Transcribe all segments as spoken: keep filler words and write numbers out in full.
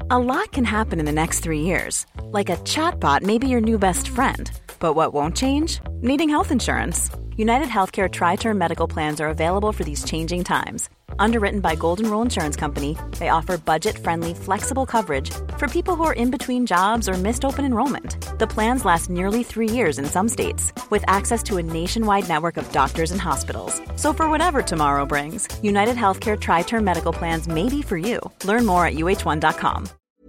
A lot can happen in the next three years. Like a chatbot may be your new best friend. But what won't change? Needing health insurance. United Healthcare Tri-Term Medical Plans are available for these changing times. Underwritten by Golden Rule Insurance Company, they offer budget-friendly, flexible coverage for people who are in between jobs or missed open enrollment. The plans last nearly three years in some states, with access to a nationwide network of doctors and hospitals. So for whatever tomorrow brings, United Healthcare Tri-Term Medical Plans may be for you. Learn more at U H one dot com.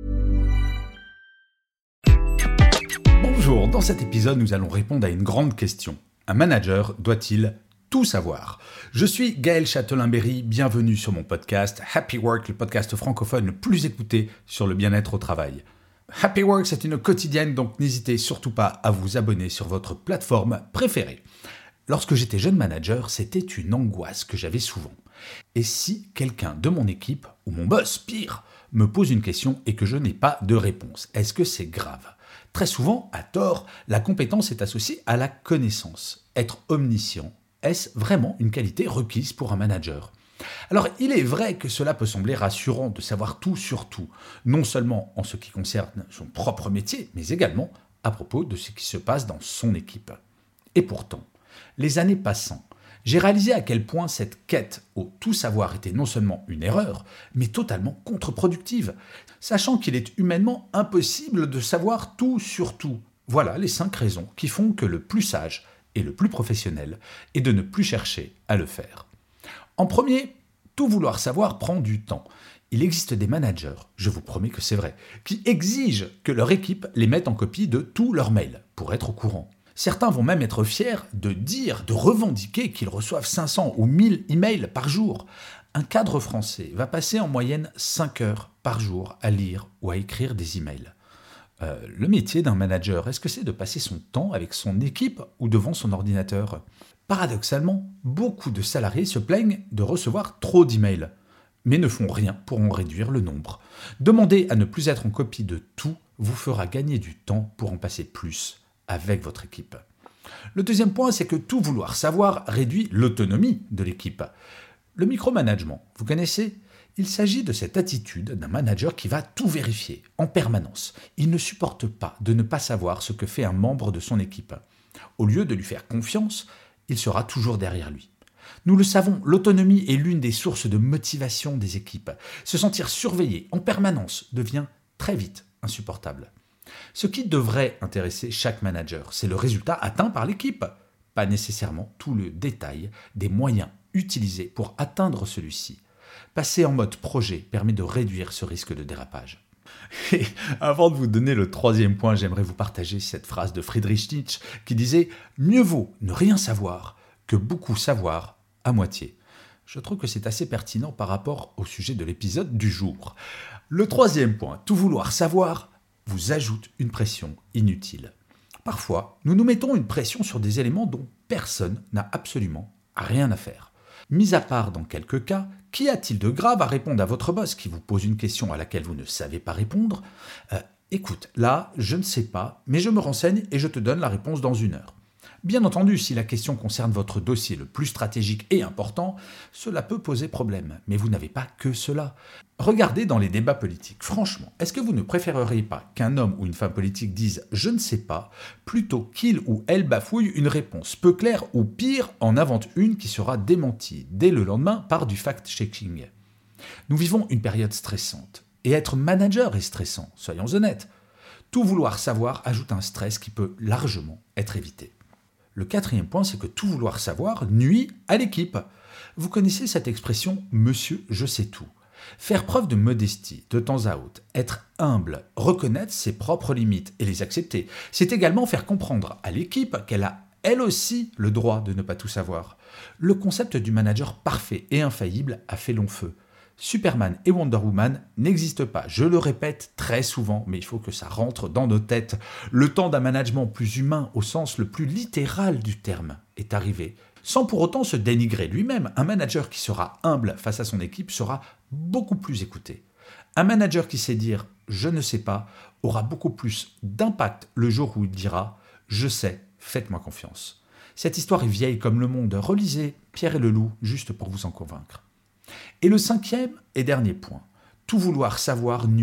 Bonjour, dans cet épisode, nous allons répondre à une grande question. Un manager doit-il tout savoir? Je suis Gaël Châtelain-Berry, bienvenue sur mon podcast Happy Work, le podcast francophone le plus écouté sur le bien-être au travail. Happy Work, c'est une quotidienne, donc n'hésitez surtout pas à vous abonner sur votre plateforme préférée. Lorsque j'étais jeune manager, c'était une angoisse que j'avais souvent. Et si quelqu'un de mon équipe, ou mon boss, pire, me pose une question et que je n'ai pas de réponse, est-ce que c'est grave? Très souvent, à tort, la compétence est associée à la connaissance. Être omniscient, est-ce vraiment une qualité requise pour un manager? Alors, il est vrai que cela peut sembler rassurant de savoir tout sur tout, non seulement en ce qui concerne son propre métier, mais également à propos de ce qui se passe dans son équipe. Et pourtant, les années passant, j'ai réalisé à quel point cette quête au tout savoir était non seulement une erreur, mais totalement contre-productive, sachant qu'il est humainement impossible de savoir tout sur tout. Voilà les cinq raisons qui font que le plus sage et le plus professionnel est de ne plus chercher à le faire. En premier, tout vouloir savoir prend du temps. Il existe des managers, je vous promets que c'est vrai, qui exigent que leur équipe les mette en copie de tous leurs mails pour être au courant. Certains vont même être fiers de dire, de revendiquer qu'ils reçoivent cinq cents ou mille emails par jour. Un cadre français va passer en moyenne cinq heures par jour à lire ou à écrire des emails. Euh, le métier d'un manager, est-ce que c'est de passer son temps avec son équipe ou devant son ordinateur? Paradoxalement, beaucoup de salariés se plaignent de recevoir trop d'emails, mais ne font rien pour en réduire le nombre. Demander à ne plus être en copie de tout vous fera gagner du temps pour en passer plus avec votre équipe. Le deuxième point, c'est que tout vouloir savoir réduit l'autonomie de l'équipe. Le micromanagement, vous connaissez? Il s'agit de cette attitude d'un manager qui va tout vérifier en permanence. Il ne supporte pas de ne pas savoir ce que fait un membre de son équipe. Au lieu de lui faire confiance, il sera toujours derrière lui. Nous le savons, l'autonomie est l'une des sources de motivation des équipes. Se sentir surveillé en permanence devient très vite insupportable. Ce qui devrait intéresser chaque manager, c'est le résultat atteint par l'équipe, pas nécessairement tout le détail des moyens utilisés pour atteindre celui-ci. Passer en mode projet permet de réduire ce risque de dérapage. Et avant de vous donner le troisième point, j'aimerais vous partager cette phrase de Friedrich Nietzsche qui disait « Mieux vaut ne rien savoir que beaucoup savoir à moitié ». Je trouve que c'est assez pertinent par rapport au sujet de l'épisode du jour. Le troisième point, tout vouloir savoir, vous ajoute une pression inutile. Parfois, nous nous mettons une pression sur des éléments dont personne n'a absolument rien à faire. Mis à part dans quelques cas, qu'y a-t-il de grave à répondre à votre boss qui vous pose une question à laquelle vous ne savez pas répondre? euh, Écoute, là, je ne sais pas, mais je me renseigne et je te donne la réponse dans une heure. Bien entendu, si la question concerne votre dossier le plus stratégique et important, cela peut poser problème, mais vous n'avez pas que cela. Regardez dans les débats politiques. Franchement, est-ce que vous ne préféreriez pas qu'un homme ou une femme politique dise « je ne sais pas » plutôt qu'il ou elle bafouille une réponse peu claire ou pire, en invente une qui sera démentie dès le lendemain par du fact-checking? Nous vivons une période stressante. Et être manager est stressant, soyons honnêtes. Tout vouloir savoir ajoute un stress qui peut largement être évité. Le quatrième point, c'est que tout vouloir savoir nuit à l'équipe. Vous connaissez cette expression « monsieur, je sais tout ». Faire preuve de modestie de temps à autre, être humble, reconnaître ses propres limites et les accepter, c'est également faire comprendre à l'équipe qu'elle a elle aussi le droit de ne pas tout savoir. Le concept du manager parfait et infaillible a fait long feu. Superman et Wonder Woman n'existent pas. Je le répète très souvent, mais il faut que ça rentre dans nos têtes. Le temps d'un management plus humain, au sens le plus littéral du terme, est arrivé. Sans pour autant se dénigrer lui-même, un manager qui sera humble face à son équipe sera beaucoup plus écouté. Un manager qui sait dire « je ne sais pas » aura beaucoup plus d'impact le jour où il dira « je sais, faites-moi confiance ». Cette histoire est vieille comme le monde. Relisez Pierre et le loup, juste pour vous en convaincre. Et le cinquième et dernier point, tout vouloir savoir nuit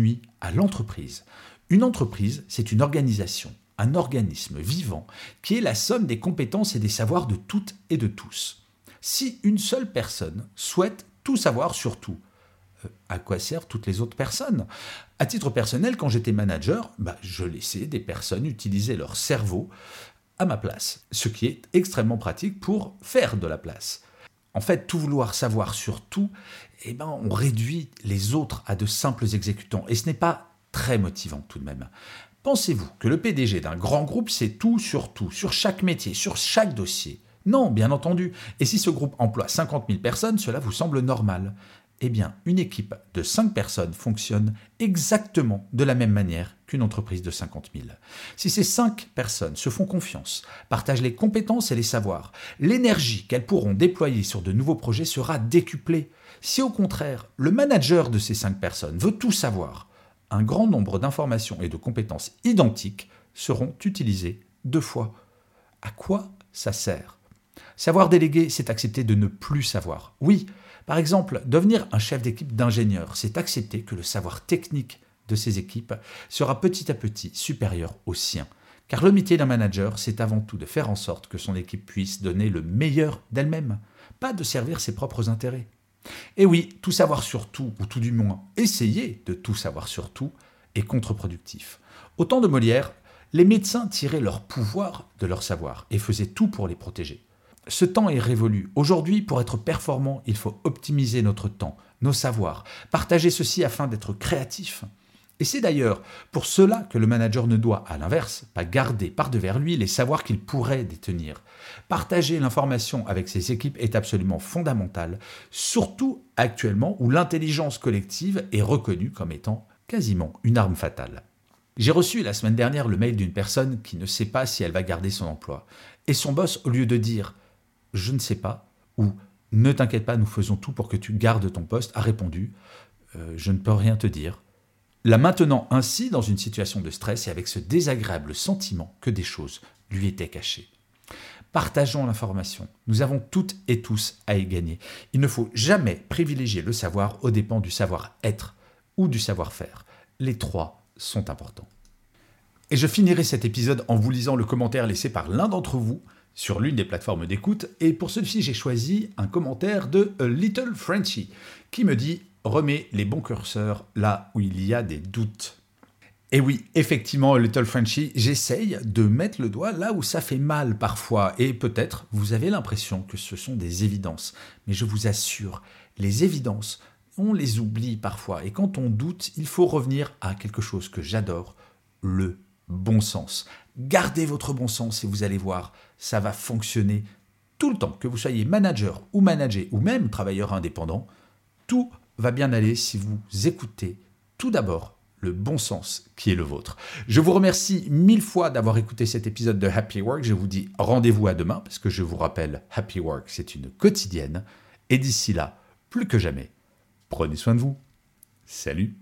à l'entreprise. Une entreprise, c'est une organisation, un organisme vivant qui est la somme des compétences et des savoirs de toutes et de tous. Si une seule personne souhaite tout savoir sur tout, euh, à quoi servent toutes les autres personnes ? À titre personnel, quand j'étais manager, bah, je laissais des personnes utiliser leur cerveau à ma place, ce qui est extrêmement pratique pour faire de la place. En fait, tout vouloir savoir sur tout, eh ben, on réduit les autres à de simples exécutants. Et ce n'est pas très motivant tout de même. Pensez-vous que le P D G d'un grand groupe sait tout sur tout, sur chaque métier, sur chaque dossier ? Non, bien entendu. Et si ce groupe emploie cinquante mille personnes, cela vous semble normal ? Eh bien, une équipe de cinq personnes fonctionne exactement de la même manière qu'une entreprise de cinquante mille. Si ces cinq personnes se font confiance, partagent les compétences et les savoirs, l'énergie qu'elles pourront déployer sur de nouveaux projets sera décuplée. Si au contraire, le manager de ces cinq personnes veut tout savoir, un grand nombre d'informations et de compétences identiques seront utilisées deux fois. À quoi ça sert ? Savoir déléguer, c'est accepter de ne plus savoir. Oui, par exemple, devenir un chef d'équipe d'ingénieurs, c'est accepter que le savoir technique de ses équipes sera petit à petit supérieur au sien. Car le métier d'un manager, c'est avant tout de faire en sorte que son équipe puisse donner le meilleur d'elle-même, pas de servir ses propres intérêts. Et oui, tout savoir sur tout, ou tout du moins essayer de tout savoir sur tout, est contre-productif. Au temps de Molière, les médecins tiraient leur pouvoir de leur savoir et faisaient tout pour les protéger. Ce temps est révolu. Aujourd'hui, pour être performant, il faut optimiser notre temps, nos savoirs, partager ceci afin d'être créatif. Et c'est d'ailleurs pour cela que le manager ne doit, à l'inverse, pas garder par-devers lui les savoirs qu'il pourrait détenir. Partager l'information avec ses équipes est absolument fondamental, surtout actuellement où l'intelligence collective est reconnue comme étant quasiment une arme fatale. J'ai reçu la semaine dernière le mail d'une personne qui ne sait pas si elle va garder son emploi. Et son boss, au lieu de dire « je ne sais pas » ou « ne t'inquiète pas, nous faisons tout pour que tu gardes ton poste », a répondu euh, « je ne peux rien te dire ». La maintenant ainsi dans une situation de stress et avec ce désagréable sentiment que des choses lui étaient cachées. Partageons l'information. Nous avons toutes et tous à y gagner. Il ne faut jamais privilégier le savoir aux dépens du savoir-être ou du savoir-faire. Les trois sont importants. Et je finirai cet épisode en vous lisant le commentaire laissé par l'un d'entre vous sur l'une des plateformes d'écoute. Et pour celui-ci, j'ai choisi un commentaire de A Little Frenchie qui me dit « Remets les bons curseurs là où il y a des doutes ». Et oui, effectivement, Little Frenchie, j'essaye de mettre le doigt là où ça fait mal parfois. Et peut-être, vous avez l'impression que ce sont des évidences. Mais je vous assure, les évidences, on les oublie parfois. Et quand on doute, il faut revenir à quelque chose que j'adore, le bon sens. Gardez votre bon sens et vous allez voir, ça va fonctionner tout le temps. Que vous soyez manager ou manager ou même travailleur indépendant, tout va bien aller si vous écoutez tout d'abord le bon sens qui est le vôtre. Je vous remercie mille fois d'avoir écouté cet épisode de Happy Work. Je vous dis rendez-vous à demain parce que je vous rappelle, Happy Work, c'est une quotidienne. Et d'ici là, plus que jamais, prenez soin de vous. Salut.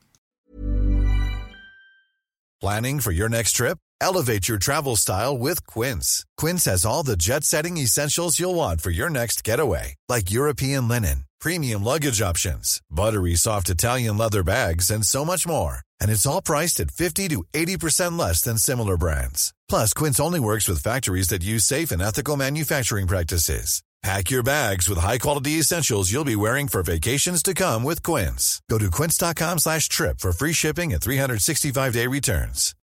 Planning for your next trip? Elevate your travel style with Quince. Quince has all the jet-setting essentials you'll want for your next getaway, like European linen, premium luggage options, buttery soft Italian leather bags, and so much more. And it's all priced at fifty to eighty percent less than similar brands. Plus, Quince only works with factories that use safe and ethical manufacturing practices. Pack your bags with high-quality essentials you'll be wearing for vacations to come with Quince. Go to quince.com slash trip for free shipping and three sixty-five day returns.